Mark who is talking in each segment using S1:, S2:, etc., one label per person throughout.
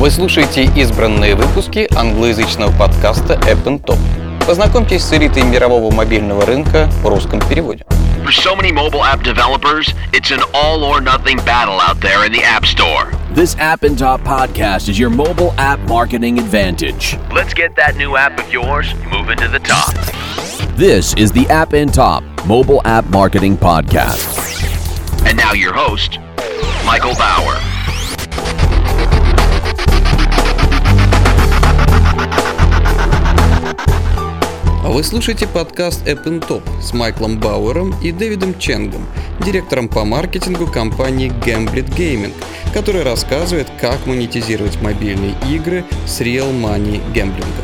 S1: Вы слушаете избранные выпуски англоязычного подкаста App and Top. Познакомьтесь с элитой мирового мобильного рынка в русском переводе.
S2: For so many mobile app developers, it's an all-or-nothing battle out there in the App Store.
S3: This App and Top podcast is your mobile app marketing advantage.
S2: Let's get that new app of yours moving to the top.
S3: This is the App and Top mobile app marketing podcast.
S2: And now your host, Michael Bauer.
S1: Вы слушаете подкаст App and Top с Майклом Бауэром и Дэвидом Ченгом, директором по маркетингу компании Gamblit Gaming, который рассказывает, как монетизировать мобильные игры с Real Money гэмблингом.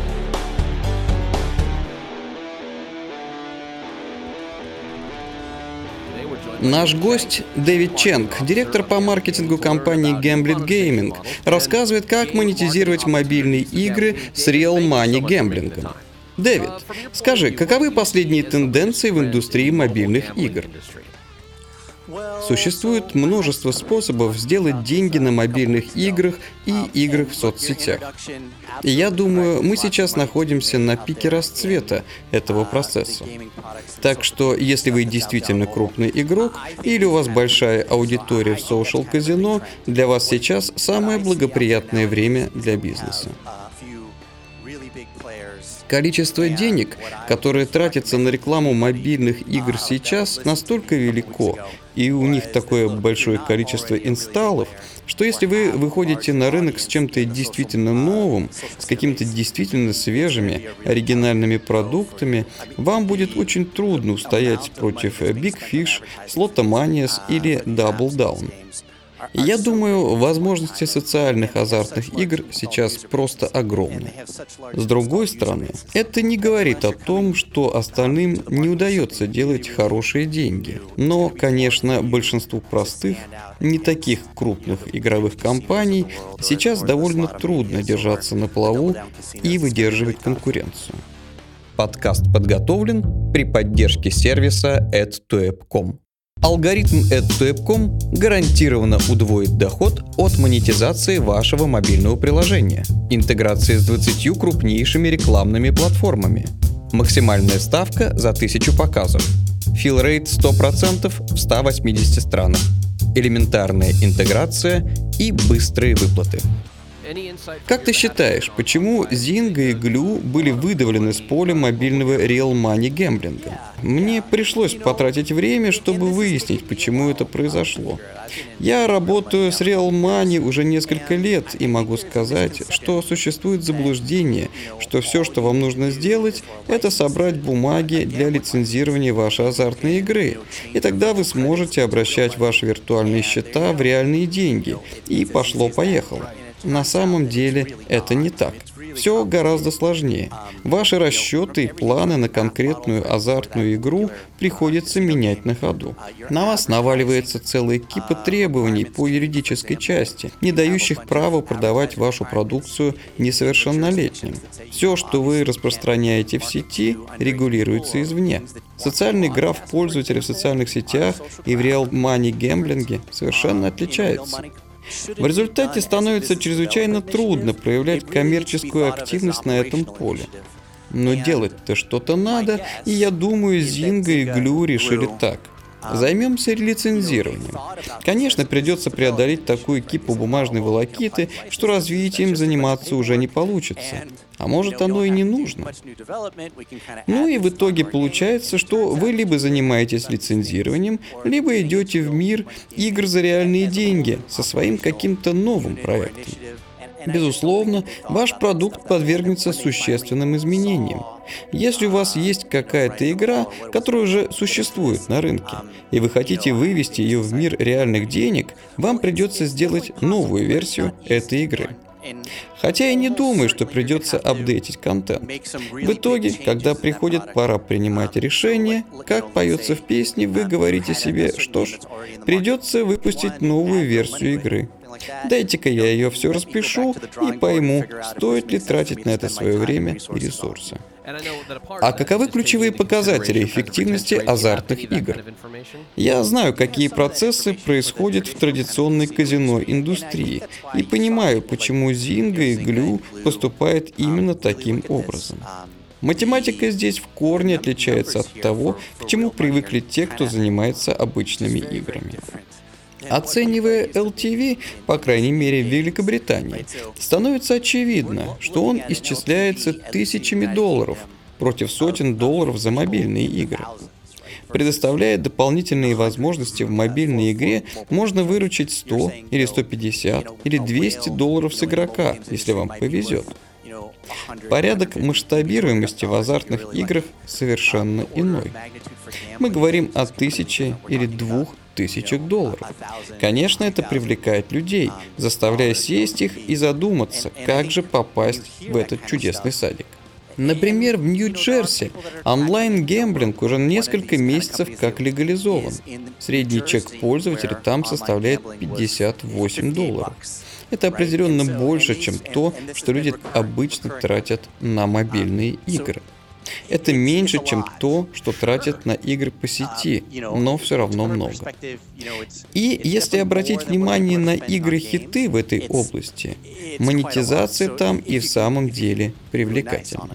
S1: Наш гость Дэвид Ченг, директор по маркетингу компании Gamblit Gaming, рассказывает, как монетизировать мобильные игры с Real Money гэмблингом. Дэвид, скажи, каковы последние тенденции в индустрии мобильных игр? Существует множество способов сделать деньги на мобильных играх и играх в соцсетях. И я думаю, мы сейчас находимся на пике расцвета этого процесса. Так что, если вы действительно крупный игрок или у вас большая аудитория в соушал-казино, для вас сейчас самое благоприятное время для бизнеса. Количество денег, которое тратится на рекламу мобильных игр сейчас, настолько велико, и у них такое большое количество инсталлов, что если вы выходите на рынок с чем-то действительно новым, с какими-то действительно свежими, оригинальными продуктами, вам будет очень трудно устоять против Big Fish, Slotomanias или Double Down. Я думаю, возможности социальных азартных игр сейчас просто огромны. С другой стороны, это не говорит о том, что остальным не удается делать хорошие деньги. Но, конечно, большинству простых, не таких крупных игровых компаний сейчас довольно трудно держаться на плаву и выдерживать конкуренцию. Подкаст подготовлен при поддержке сервиса add2app.com. Алгоритм add2app.com гарантированно удвоит доход от монетизации вашего мобильного приложения. Интеграция с 20 крупнейшими рекламными платформами. Максимальная ставка за 1000 показов. Филл-рейт 100% в 180 странах. Элементарная интеграция и быстрые выплаты. Как ты считаешь, почему Zynga и Glu были выдавлены с поля мобильного Real Money гэмблинга? Мне пришлось потратить время, чтобы выяснить, почему это произошло. Я работаю с Real Money уже несколько лет и могу сказать, что существует заблуждение, что все, что вам нужно сделать, это собрать бумаги для лицензирования вашей азартной игры. И тогда вы сможете обращать ваши виртуальные счета в реальные деньги. И пошло-поехало. На самом деле это не так. Все гораздо сложнее. Ваши расчеты и планы на конкретную азартную игру приходится менять на ходу. На вас наваливается целая кипа требований по юридической части, не дающих права продавать вашу продукцию несовершеннолетним. Все, что вы распространяете в сети, регулируется извне. Социальный граф пользователя в социальных сетях и в Real Money гэмблинге совершенно отличается. В результате становится чрезвычайно трудно проявлять коммерческую активность на этом поле. Но делать-то что-то надо, и я думаю, Zynga и Glu решили так. Займемся лицензированием. Конечно, придется преодолеть такую кипу бумажной волокиты, что развитием заниматься уже не получится. А может, оно и не нужно. Ну и в итоге получается, что вы либо занимаетесь лицензированием, либо идете в мир игр за реальные деньги со своим каким-то новым проектом. Безусловно, ваш продукт подвергнется существенным изменениям. Если у вас есть какая-то игра, которая уже существует на рынке, и вы хотите вывести ее в мир реальных денег, вам придется сделать новую версию этой игры. Хотя я не думаю, что придется апдейтить контент. В итоге, когда приходит пора принимать решение, как поется в песне, вы говорите себе, что ж, придется выпустить новую версию игры. Дайте-ка я ее все распишу и пойму, стоит ли тратить на это свое время и ресурсы. А каковы ключевые показатели эффективности азартных игр? Я знаю, какие процессы происходят в традиционной казино-индустрии, и понимаю, почему Zynga и Glu поступают именно таким образом. Математика здесь в корне отличается от того, к чему привыкли те, кто занимается обычными играми. Оценивая LTV, по крайней мере в Великобритании, становится очевидно, что он исчисляется тысячами долларов против сотен долларов за мобильные игры. Предоставляя дополнительные возможности в мобильной игре, можно выручить 100 или 150 или 200 долларов с игрока, если вам повезет. Порядок масштабируемости в азартных играх совершенно иной. Мы говорим о 1000 или 2000 долларов. Конечно, это привлекает людей, заставляя сесть их и задуматься, как же попасть в этот чудесный садик. Например, в Нью-Джерси онлайн-гэмблинг уже несколько месяцев как легализован. Средний чек пользователя там составляет 58 долларов. Это определенно больше, чем то, что люди обычно тратят на мобильные игры. Это меньше, чем то, что тратят на игры по сети, но все равно много. И если обратить внимание на игры-хиты в этой области, монетизация там и в самом деле привлекательна.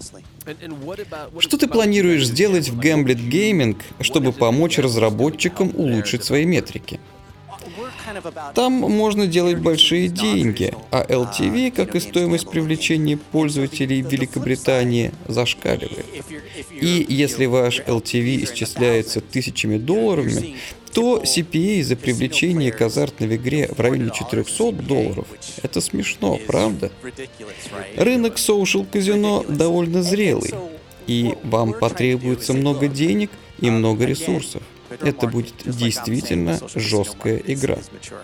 S1: Что ты планируешь сделать в Gamblit Gaming, чтобы помочь разработчикам улучшить свои метрики? Там можно делать большие деньги, а LTV, как и стоимость привлечения пользователей в Великобритании, зашкаливает. И если ваш LTV исчисляется тысячами долларами, то CPA за привлечение к азартной игре в районе 400 долларов – это смешно, правда? Рынок соушал-казино довольно зрелый, и вам потребуется много денег и много ресурсов. Это будет действительно жесткая игра.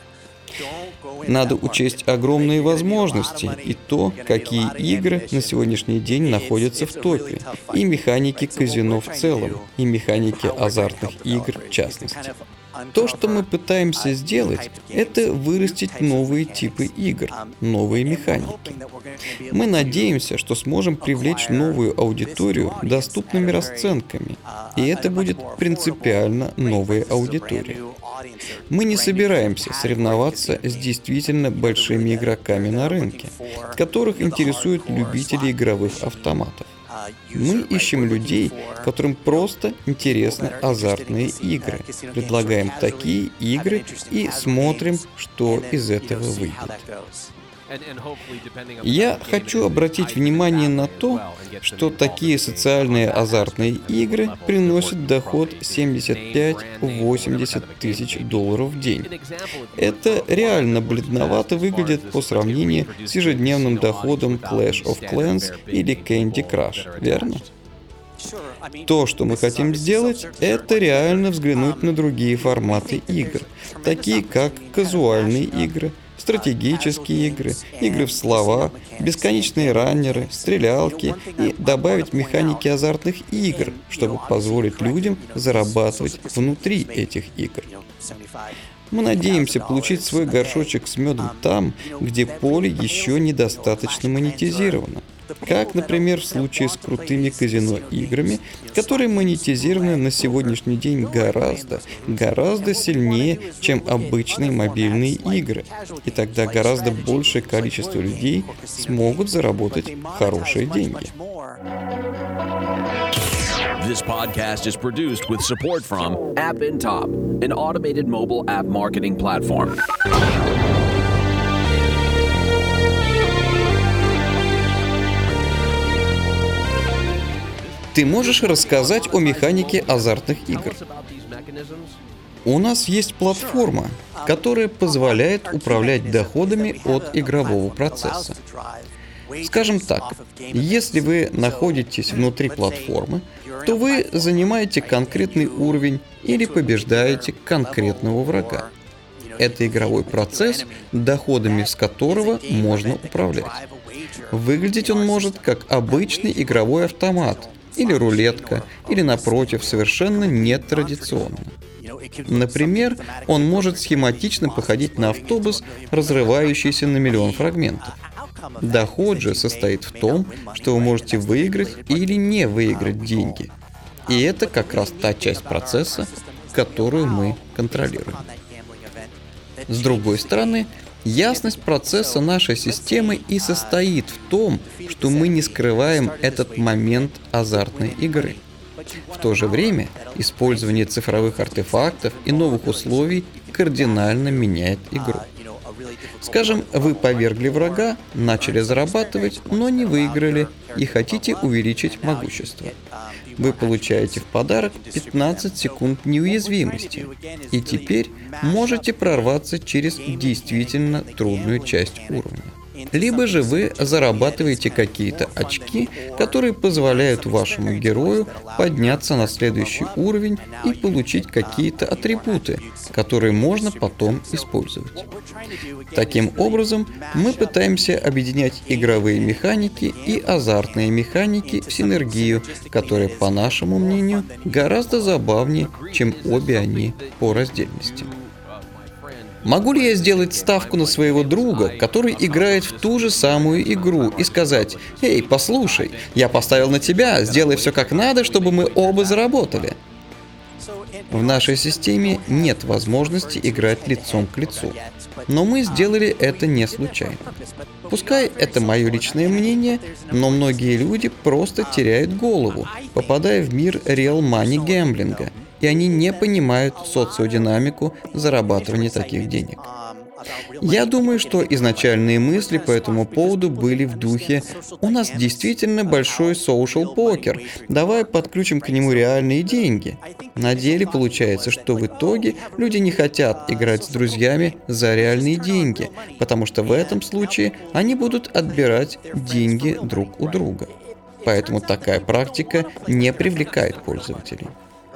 S1: Надо учесть огромные возможности и то, какие игры на сегодняшний день находятся в топе, и механики казино в целом, и механики азартных игр в частности. То, что мы пытаемся сделать, это вырастить новые типы игр, новые механики. Мы надеемся, что сможем привлечь новую аудиторию доступными расценками, и это будет принципиально новая аудитория. Мы не собираемся соревноваться с действительно большими игроками на рынке, которых интересуют любители игровых автоматов. Мы ищем людей, которым просто интересны азартные игры, предлагаем такие игры и смотрим, что из этого выйдет. Я хочу обратить внимание на то, что такие социальные азартные игры приносят доход 75-80 тысяч долларов в день. Это реально бледновато выглядит по сравнению с ежедневным доходом Clash of Clans или Candy Crush, верно? То, что мы хотим сделать, это реально взглянуть на другие форматы игр, такие как казуальные игры, стратегические игры, игры в слова, бесконечные раннеры, стрелялки и добавить механики азартных игр, чтобы позволить людям зарабатывать внутри этих игр. Мы надеемся получить свой горшочек с медом там, где поле еще недостаточно монетизировано. Как, например, в случае с крутыми казино-играми, которые монетизированы на сегодняшний день гораздо сильнее, чем обычные мобильные игры. И тогда гораздо большее количество людей смогут заработать хорошие деньги.
S3: This podcast is produced with support from AppInTop, an automated mobile app marketing platform.
S1: Ты можешь рассказать о механике азартных игр? У нас есть платформа, которая позволяет управлять доходами от игрового процесса. Скажем так, если вы находитесь внутри платформы, то вы занимаете конкретный уровень или побеждаете конкретного врага. Это игровой процесс, доходами с которого можно управлять. Выглядеть он может как обычный игровой автомат, или рулетка, или, напротив, совершенно нетрадиционно. Например, он может схематично походить на автобус, разрывающийся на миллион фрагментов. Доход же состоит в том, что вы можете выиграть или не выиграть деньги. И это как раз та часть процесса, которую мы контролируем. С другой стороны, ясность процесса нашей системы и состоит в том, что мы не скрываем этот момент азартной игры. В то же время, использование цифровых артефактов и новых условий кардинально меняет игру. Скажем, вы повергли врага, начали зарабатывать, но не выиграли и хотите увеличить могущество. Вы получаете в подарок 15 секунд неуязвимости, и теперь можете прорваться через действительно трудную часть уровня. Либо же вы зарабатываете какие-то очки, которые позволяют вашему герою подняться на следующий уровень и получить какие-то атрибуты, которые можно потом использовать. Таким образом, мы пытаемся объединять игровые механики и азартные механики в синергию, которая, по нашему мнению, гораздо забавнее, чем обе они по раздельности. Могу ли я сделать ставку на своего друга, который играет в ту же самую игру, и сказать: «Эй, послушай, я поставил на тебя, сделай все как надо, чтобы мы оба заработали»? В нашей системе нет возможности играть лицом к лицу, но мы сделали это не случайно. Пускай это мое личное мнение, но многие люди просто теряют голову, попадая в мир real money гэмблинга, и они не понимают социодинамику зарабатывания таких денег. Я думаю, что изначальные мысли по этому поводу были в духе: у нас действительно большой social покер, давай подключим к нему реальные деньги. На деле получается, что в итоге люди не хотят играть с друзьями за реальные деньги, потому что в этом случае они будут отбирать деньги друг у друга. Поэтому такая практика не привлекает пользователей.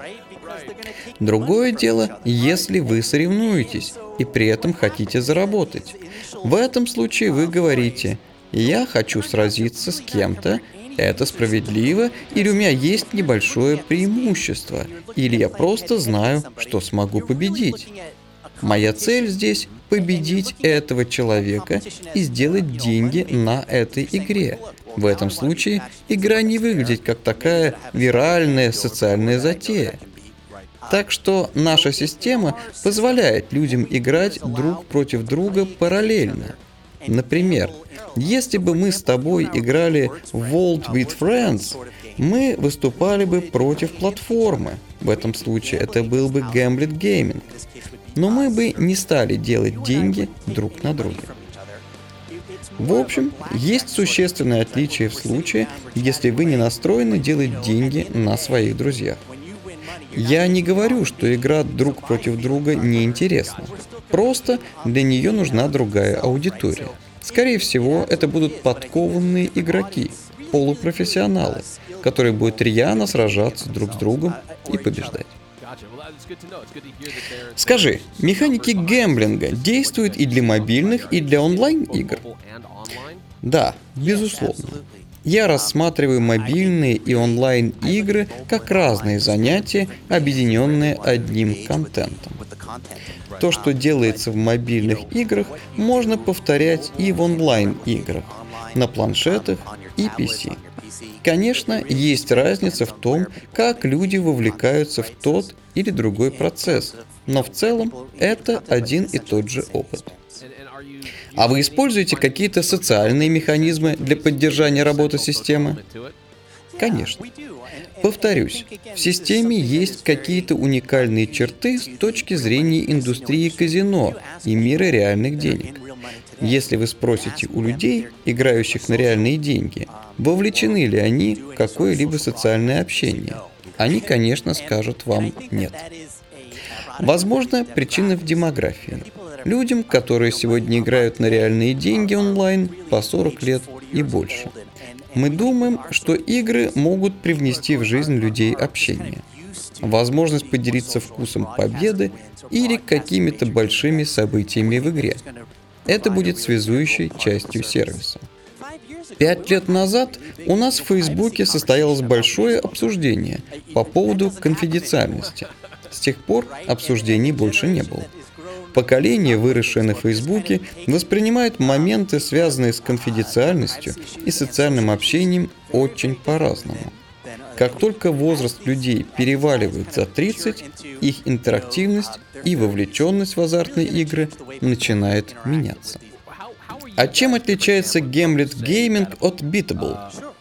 S1: Другое дело, если вы соревнуетесь и при этом хотите заработать. В этом случае вы говорите: «Я хочу сразиться с кем-то, это справедливо, или у меня есть небольшое преимущество, или я просто знаю, что смогу победить. Моя цель здесь — победить этого человека и сделать деньги на этой игре». В этом случае игра не выглядит как такая виральная социальная затея. Так что наша система позволяет людям играть друг против друга параллельно. Например, если бы мы с тобой играли в World with Friends, мы выступали бы против платформы. В этом случае это был бы Gambit Gaming. Но мы бы не стали делать деньги друг на друге. В общем, есть существенное отличие в случае, если вы не настроены делать деньги на своих друзьях. Я не говорю, что игра друг против друга неинтересна. Просто для нее нужна другая аудитория. Скорее всего, это будут подкованные игроки, полупрофессионалы, которые будут рьяно сражаться друг с другом и побеждать. Скажи, механики гэмблинга действуют и для мобильных, и для онлайн-игр? Да, безусловно. Я рассматриваю мобильные и онлайн-игры как разные занятия, объединенные одним контентом. То, что делается в мобильных играх, можно повторять и в онлайн-играх, на планшетах и PC. Конечно, есть разница в том, как люди вовлекаются в тот или другой процесс, но в целом это один и тот же опыт. А вы используете какие-то социальные механизмы для поддержания работы системы? Конечно. Повторюсь, в системе есть какие-то уникальные черты с точки зрения индустрии казино и мира реальных денег. Если вы спросите у людей, играющих на реальные деньги, вовлечены ли они в какое-либо социальное общение, они, конечно, скажут вам нет. Возможно, причина в демографии. Людям, которые сегодня играют на реальные деньги онлайн, по 40 лет и больше. Мы думаем, что игры могут привнести в жизнь людей общение, возможность поделиться вкусом победы или какими-то большими событиями в игре. Это будет связующей частью сервиса. 5 лет назад у нас в Фейсбуке состоялось большое обсуждение по поводу конфиденциальности. С тех пор обсуждений больше не было. Поколение, выросшее на Фейсбуке, воспринимает моменты, связанные с конфиденциальностью и социальным общением, очень по-разному. Как только возраст людей переваливает за 30, их интерактивность и вовлеченность в азартные игры начинает меняться. А чем отличается Gamblit Gaming от Beatable?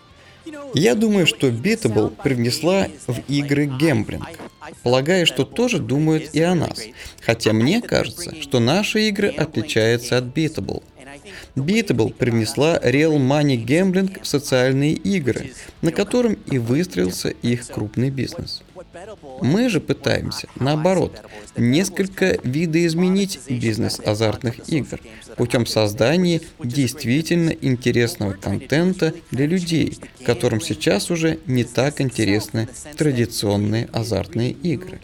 S1: Я думаю, что Beatable привнесла в игры гэмблинг. Полагаю, что тоже думают и о нас. Хотя мне кажется, что наши игры отличаются от Beatable. Beatable привнесла Real Money Gambling в социальные игры, на котором и выстроился их крупный бизнес. Мы же пытаемся, наоборот, несколько видоизменить бизнес азартных игр путем создания действительно интересного контента для людей, которым сейчас уже не так интересны традиционные азартные игры.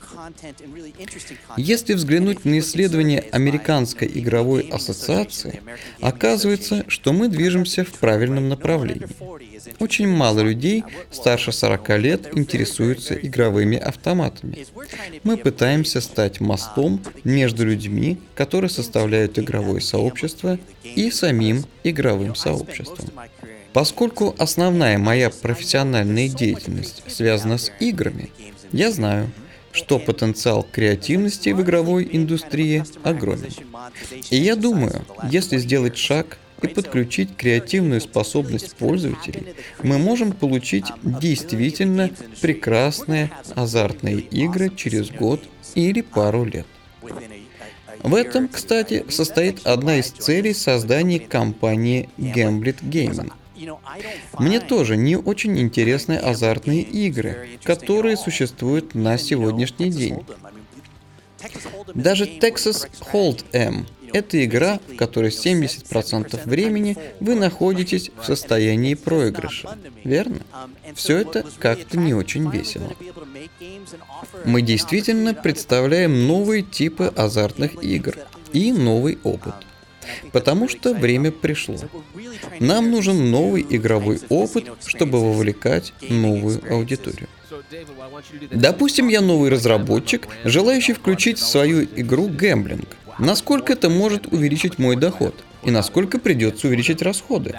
S1: Если взглянуть на исследования Американской игровой ассоциации, оказывается, что мы движемся в правильном направлении. Очень мало людей старше 40 лет интересуются игровыми автоматами. Мы пытаемся стать мостом между людьми, которые составляют игровое сообщество, и самим игровым сообществом. Поскольку основная моя профессиональная деятельность связана с играми, я знаю, что потенциал креативности в игровой индустрии огромен. И я думаю, если сделать шаг и подключить креативную способность пользователей, мы можем получить действительно прекрасные азартные игры через год или пару лет. В этом, кстати, состоит одна из целей создания компании Gamblit Gaming. Мне тоже не очень интересны азартные игры, которые существуют на сегодняшний день. Даже Texas Hold'em – это игра, в которой 70% времени вы находитесь в состоянии проигрыша, верно? Все это как-то не очень весело. Мы действительно представляем новые типы азартных игр и новый опыт. Потому что время пришло. Нам нужен новый игровой опыт, чтобы вовлекать новую аудиторию. Допустим, я новый разработчик, желающий включить в свою игру гэмблинг. Насколько это может увеличить мой доход? И насколько придется увеличить расходы?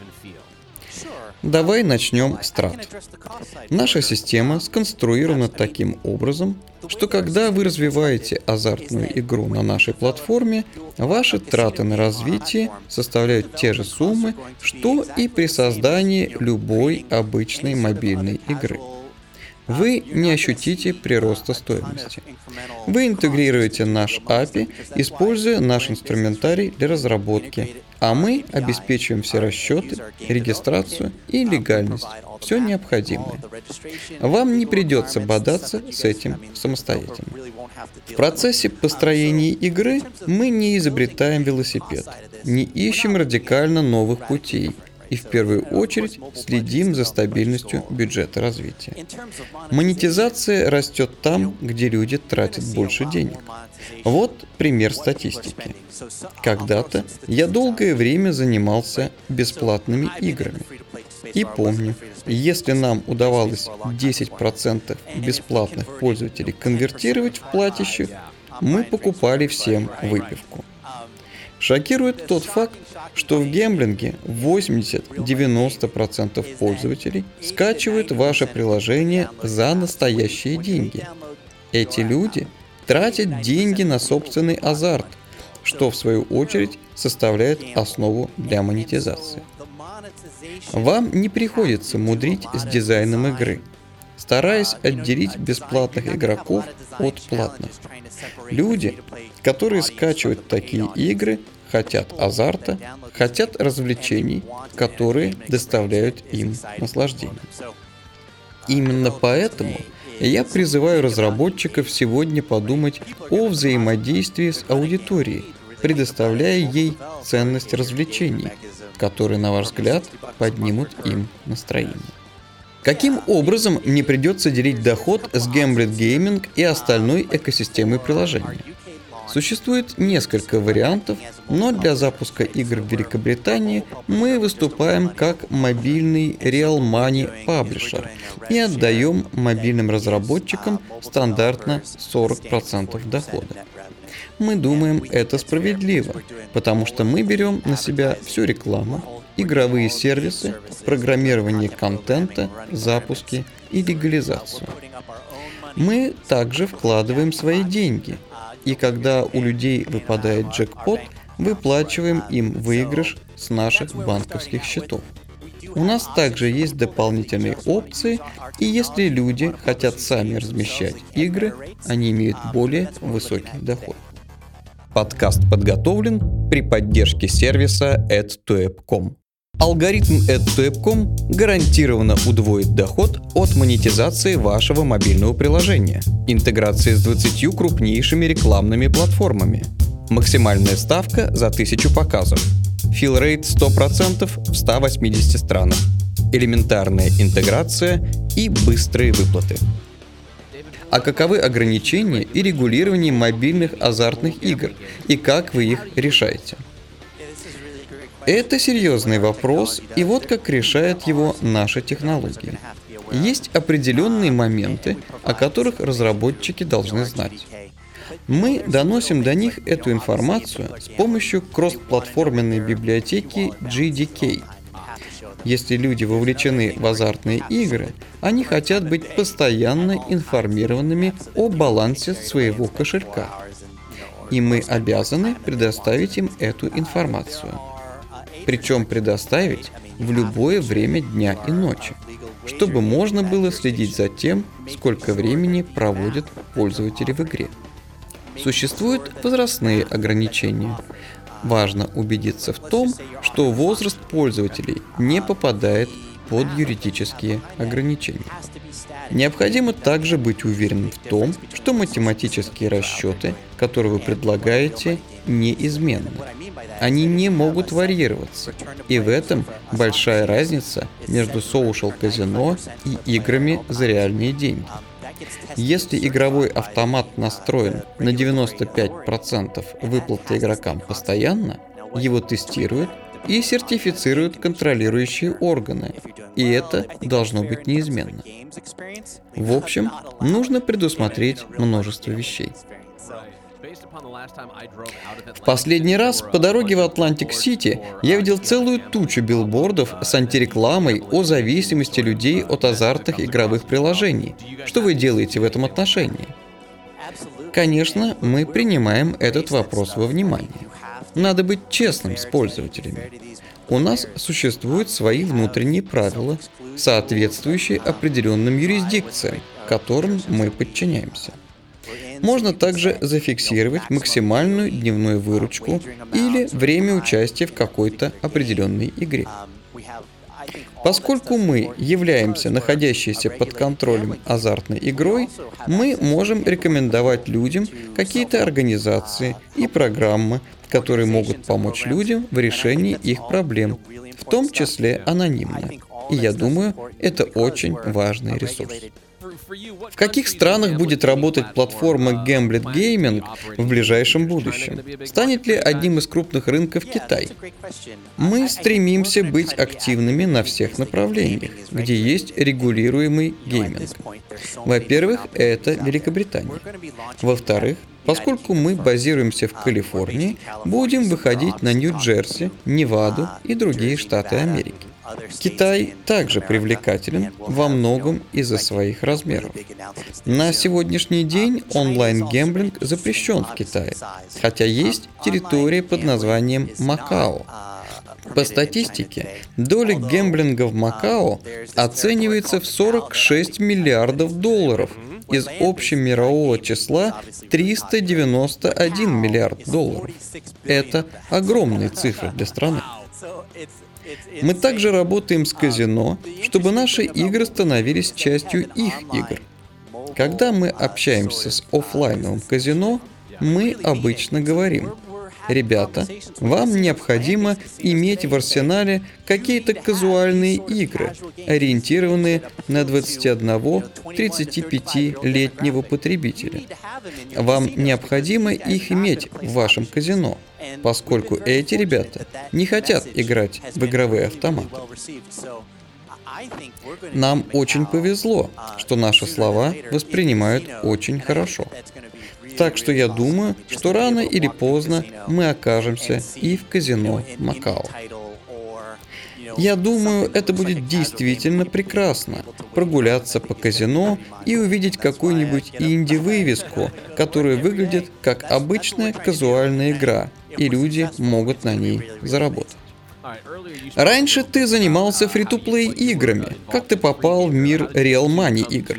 S1: Давай начнем с трат. Наша система сконструирована таким образом, что когда вы развиваете азартную игру на нашей платформе, ваши траты на развитие составляют те же суммы, что и при создании любой обычной мобильной игры. Вы не ощутите прироста стоимости. Вы интегрируете наш API, используя наш инструментарий для разработки, а мы обеспечиваем все расчеты, регистрацию и легальность, все необходимое. Вам не придется бодаться с этим самостоятельно. В процессе построения игры мы не изобретаем велосипед, не ищем радикально новых путей, и в первую очередь следим за стабильностью бюджета развития. Монетизация растет там, где люди тратят больше денег. Вот пример статистики. Когда-то я долгое время занимался бесплатными играми. И помню, если нам удавалось 10% бесплатных пользователей конвертировать в платящих, мы покупали всем выпивку. Шокирует тот факт, что в гэмблинге 80-90% пользователей скачивают ваше приложение за настоящие деньги. Эти люди тратят деньги на собственный азарт, что в свою очередь составляет основу для монетизации. Вам не приходится мудрить с дизайном игры, стараясь отделить бесплатных игроков от платных. Люди, которые скачивают такие игры, хотят азарта, хотят развлечений, которые доставляют им наслаждение. Именно поэтому я призываю разработчиков сегодня подумать о взаимодействии с аудиторией, предоставляя ей ценность развлечений, которые, на ваш взгляд, поднимут им настроение. Каким образом мне придется делить доход с Gamblit Gaming и остальной экосистемой приложения? Существует несколько вариантов, но для запуска игр в Великобритании мы выступаем как мобильный Real Money Publisher и отдаем мобильным разработчикам стандартно 40% дохода. Мы думаем, это справедливо, потому что мы берем на себя всю рекламу, игровые сервисы, программирование контента, запуски и легализацию. Мы также вкладываем свои деньги, и когда у людей выпадает джекпот, выплачиваем им выигрыш с наших банковских счетов. У нас также есть дополнительные опции, и если люди хотят сами размещать игры, они имеют более высокий доход. Подкаст подготовлен при поддержке сервиса add2app.com. Алгоритм add2app.com гарантированно удвоит доход от монетизации вашего мобильного приложения. Интеграция с 20 крупнейшими рекламными платформами. Максимальная ставка за 1000 показов. Филл-рейт 100% в 180 странах. Элементарная интеграция и быстрые выплаты. А каковы ограничения и регулирование мобильных азартных игр, и как вы их решаете? Это серьезный вопрос, и вот как решает его наша технология. Есть определенные моменты, о которых разработчики должны знать. Мы доносим до них эту информацию с помощью кроссплатформенной библиотеки GDK. Если люди вовлечены в азартные игры, они хотят быть постоянно информированными о балансе своего кошелька. И мы обязаны предоставить им эту информацию. Причем предоставить в любое время дня и ночи, чтобы можно было следить за тем, сколько времени проводят пользователи в игре. Существуют возрастные ограничения. Важно убедиться в том, что возраст пользователей не попадает под юридические ограничения. Необходимо также быть уверенным в том, что математические расчеты, которые вы предлагаете, неизменны. Они не могут варьироваться, и в этом большая разница между соушал-казино и играми за реальные деньги. Если игровой автомат настроен на 95% выплаты игрокам постоянно, его тестируют и сертифицируют контролирующие органы, и это должно быть неизменно. В общем, нужно предусмотреть множество вещей. В последний раз по дороге в Атлантик-Сити я видел целую тучу билбордов с антирекламой о зависимости людей от азартных игровых приложений. Что вы делаете в этом отношении? Конечно, мы принимаем этот вопрос во внимание. Надо быть честным с пользователями. У нас существуют свои внутренние правила, соответствующие определенным юрисдикциям, которым мы подчиняемся. Можно также зафиксировать максимальную дневную выручку или время участия в какой-то определенной игре. Поскольку мы являемся находящейся под контролем азартной игрой, мы можем рекомендовать людям какие-то организации и программы, которые могут помочь людям в решении их проблем, в том числе анонимно. И я думаю, это очень важный ресурс. В каких странах будет работать платформа Gamblet Gaming в ближайшем будущем? Станет ли одним из крупных рынков Китай? Мы стремимся быть активными на всех направлениях, где есть регулируемый гейминг. Во-первых, это Великобритания. Во-вторых, поскольку мы базируемся в Калифорнии, будем выходить на Нью-Джерси, Неваду и другие штаты Америки. Китай также привлекателен во многом из-за своих размеров. На сегодняшний день онлайн-гэмблинг запрещен в Китае, хотя есть территория под названием Макао. По статистике, доля гэмблинга в Макао оценивается в 46 миллиардов долларов из общемирового числа 391 миллиард долларов. Это огромные цифры для страны. Мы также работаем с казино, чтобы наши игры становились частью их игр. Когда мы общаемся с офлайновым казино, мы обычно говорим: ребята, вам необходимо иметь в арсенале какие-то казуальные игры, ориентированные на 21-35-летнего потребителя. Вам необходимо их иметь в вашем казино, поскольку эти ребята не хотят играть в игровые автоматы. Нам очень повезло, что наши слова воспринимают очень хорошо. Так что я думаю, что рано или поздно мы окажемся и в казино Макао. Я думаю, это будет действительно прекрасно – прогуляться по казино и увидеть какую-нибудь инди-вывеску, которая выглядит как обычная казуальная игра, и люди могут на ней заработать. Раньше ты занимался фри-то-плей играми. Как ты попал в мир Real Money игр?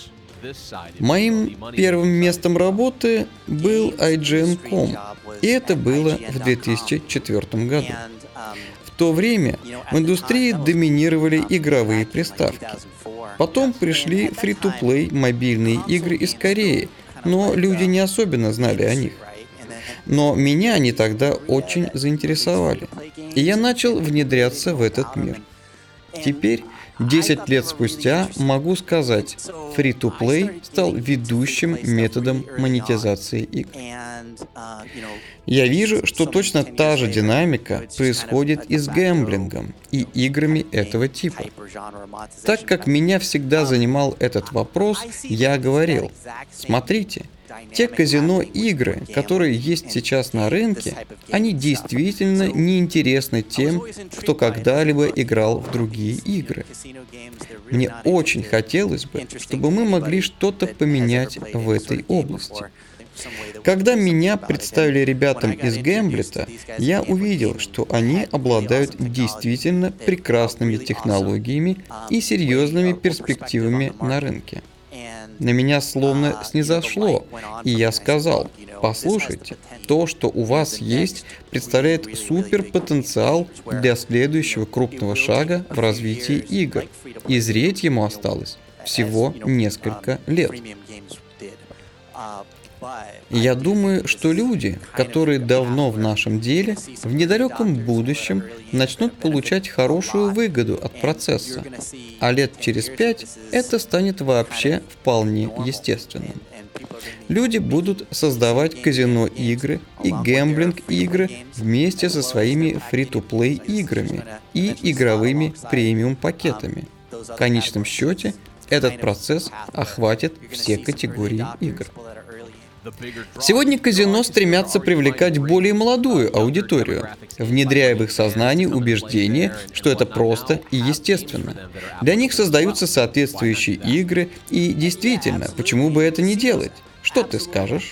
S1: Моим первым местом работы был IGN.com, и это было в 2004 году. В то время в индустрии доминировали игровые приставки. Потом пришли фри-то-плей мобильные игры из Кореи, но люди не особенно знали о них. Но меня они тогда очень заинтересовали, и я начал внедряться в этот мир. Теперь, 10 лет спустя, могу сказать, фри-то-плей стал ведущим методом монетизации игр. Я вижу, что точно та же динамика происходит и с гэмблингом и играми этого типа. Так как меня всегда занимал этот вопрос, я говорил: смотрите, те казино-игры, которые есть сейчас на рынке, они действительно неинтересны тем, кто когда-либо играл в другие игры. Мне очень хотелось бы, чтобы мы могли что-то поменять в этой области. Когда меня представили ребятам из Гэмблета, я увидел, что они обладают действительно прекрасными технологиями и серьезными перспективами на рынке. На меня словно снизошло, и я сказал: послушайте, то, что у вас есть, представляет суперпотенциал для следующего крупного шага в развитии игр, и зреть ему осталось всего несколько лет. Я думаю, что люди, которые давно в нашем деле, в недалеком будущем начнут получать хорошую выгоду от процесса, а лет через 5 это станет вообще вполне естественным. Люди будут создавать казино-игры и гэмблинг-игры вместе со своими фри-то-плей играми и игровыми премиум-пакетами. В конечном счете, этот процесс охватит все категории игр. Сегодня казино стремятся привлекать более молодую аудиторию, внедряя в их сознание убеждение, что это просто и естественно. Для них создаются соответствующие игры, и действительно, почему бы это не делать? Что ты скажешь?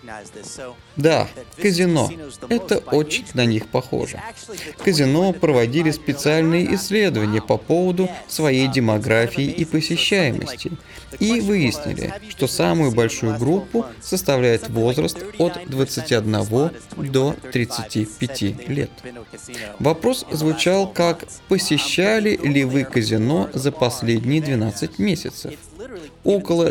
S1: Да, казино. Это очень на них похоже. Казино проводили специальные исследования по поводу своей демографии и посещаемости, и выяснили, что самую большую группу составляет возраст от 21 до 35 лет. Вопрос звучал как: посещали ли вы казино за последние 12 месяцев? Около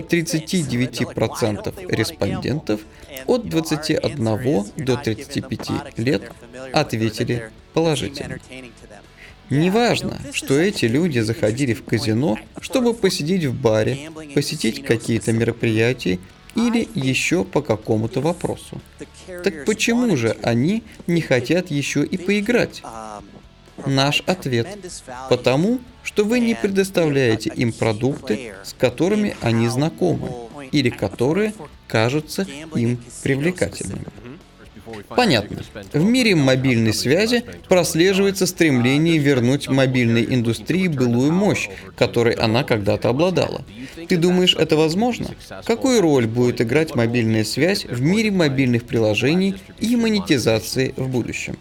S1: 39% респондентов от 21 до 35 лет ответили положительно. Неважно, что эти люди заходили в казино, чтобы посидеть в баре, посетить какие-то мероприятия или еще по какому-то вопросу. Так почему же они не хотят еще и поиграть? Наш ответ: потому, что вы не предоставляете им продукты, с которыми они знакомы, или которые кажутся им привлекательными. Понятно. В мире мобильной связи прослеживается стремление вернуть мобильной индустрии былую мощь, которой она когда-то обладала. Ты думаешь, это возможно? Какую роль будет играть мобильная связь в мире мобильных приложений и монетизации в будущем?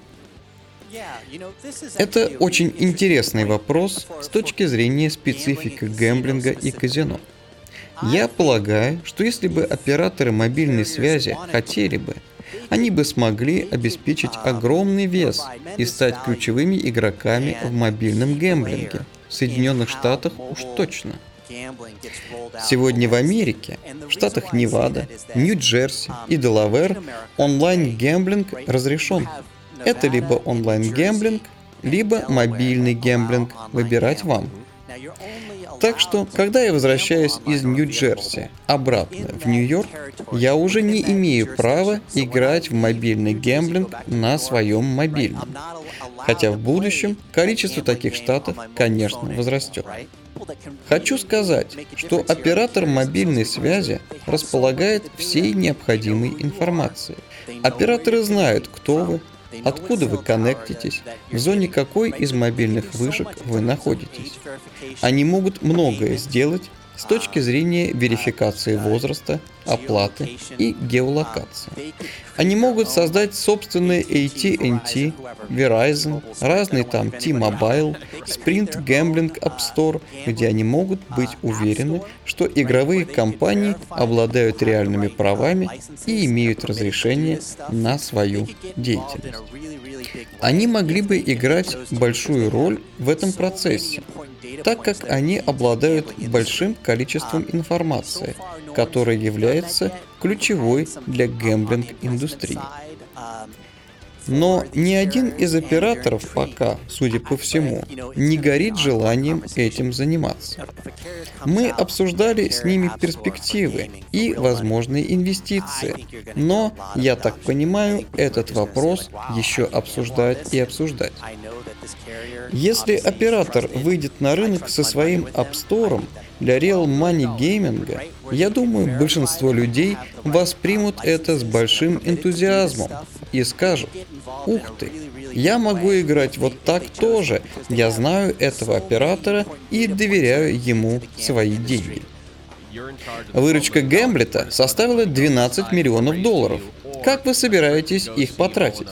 S1: Это очень интересный вопрос с точки зрения специфики гэмблинга и казино. Я полагаю, что если бы операторы мобильной связи хотели бы, они бы смогли обеспечить огромный вес и стать ключевыми игроками в мобильном гэмблинге. В Соединенных Штатах уж точно. Сегодня в Америке, в штатах Невада, Нью-Джерси и Делавэр онлайн-гэмблинг разрешен. Это либо онлайн-гэмблинг, либо мобильный гэмблинг. Выбирать вам. Так что, когда я возвращаюсь из Нью-Джерси обратно в Нью-Йорк, я уже не имею права играть в мобильный гэмблинг на своем мобильном. Хотя в будущем количество таких штатов, конечно, возрастет. Хочу сказать, что оператор мобильной связи располагает всей необходимой информацией. Операторы знают, кто вы, откуда вы коннектитесь, в зоне какой из мобильных вышек вы находитесь. Они могут многое сделать с точки зрения верификации возраста, оплаты и геолокации. Они могут создать собственные AT&T, Verizon, разные там T-Mobile, Sprint Gambling App Store, где они могут быть уверены, что игровые компании обладают реальными правами и имеют разрешение на свою деятельность. Они могли бы играть большую роль в этом процессе, так как они обладают большим количеством информации, которая является ключевой для гэмблинг-индустрии. Но ни один из операторов пока, судя по всему, не горит желанием этим заниматься. Мы обсуждали с ними перспективы и возможные инвестиции, но, я так понимаю, этот вопрос еще обсуждать и обсуждать. Если оператор выйдет на рынок со своим App Store для Real Money гейминга, я думаю, большинство людей воспримут это с большим энтузиазмом и скажут: «Ух ты, я могу играть вот так тоже, я знаю этого оператора и доверяю ему свои деньги». Выручка Гэмблета составила $12 миллионов. Как вы собираетесь их потратить?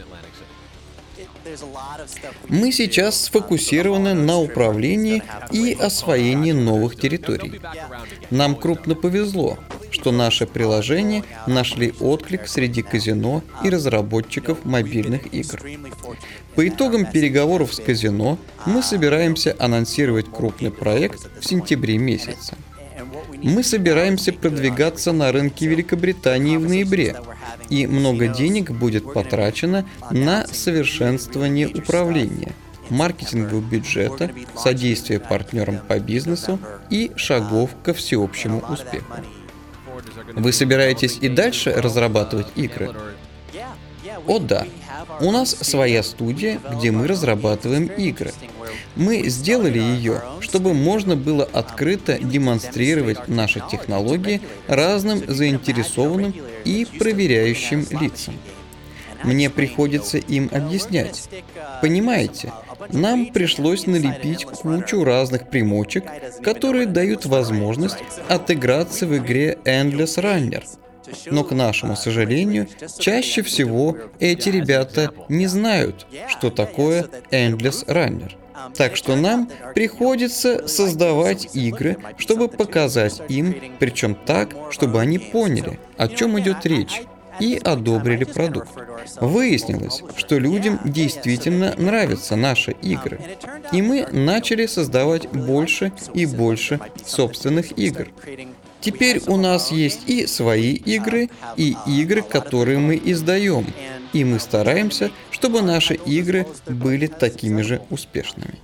S1: Мы сейчас сфокусированы на управлении и освоении новых территорий. Нам крупно повезло, что наши приложения нашли отклик среди казино и разработчиков мобильных игр. По итогам переговоров с казино мы собираемся анонсировать крупный проект в сентябре месяце. Мы собираемся продвигаться на рынке Великобритании в ноябре, и много денег будет потрачено на совершенствование управления, маркетингового бюджета, содействие партнерам по бизнесу и шагов ко всеобщему успеху. Вы собираетесь и дальше разрабатывать игры? О да, у нас своя студия, где мы разрабатываем игры. Мы сделали ее, чтобы можно было открыто демонстрировать наши технологии разным заинтересованным и проверяющим лицам. Мне приходится им объяснять. Понимаете, нам пришлось налепить кучу разных примочек, которые дают возможность отыграться в игре Endless Runner. Но, к нашему сожалению, чаще всего эти ребята не знают, что такое Endless Runner. Так что нам приходится создавать игры, чтобы показать им, причем так, чтобы они поняли, о чем идет речь, и одобрили продукт. Выяснилось, что людям действительно нравятся наши игры, и мы начали создавать больше и больше собственных игр. Теперь у нас есть и свои игры, и игры, которые мы издаем, и мы стараемся, чтобы наши игры были такими же успешными.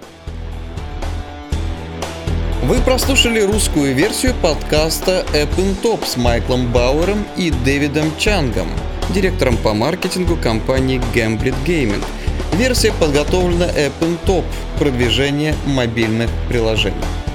S1: Вы прослушали русскую версию подкаста App in Top с Майклом Бауэром и Дэвидом Чангом, директором по маркетингу компании Gamblit Gaming. Версия подготовлена App in Top, продвижение мобильных приложений.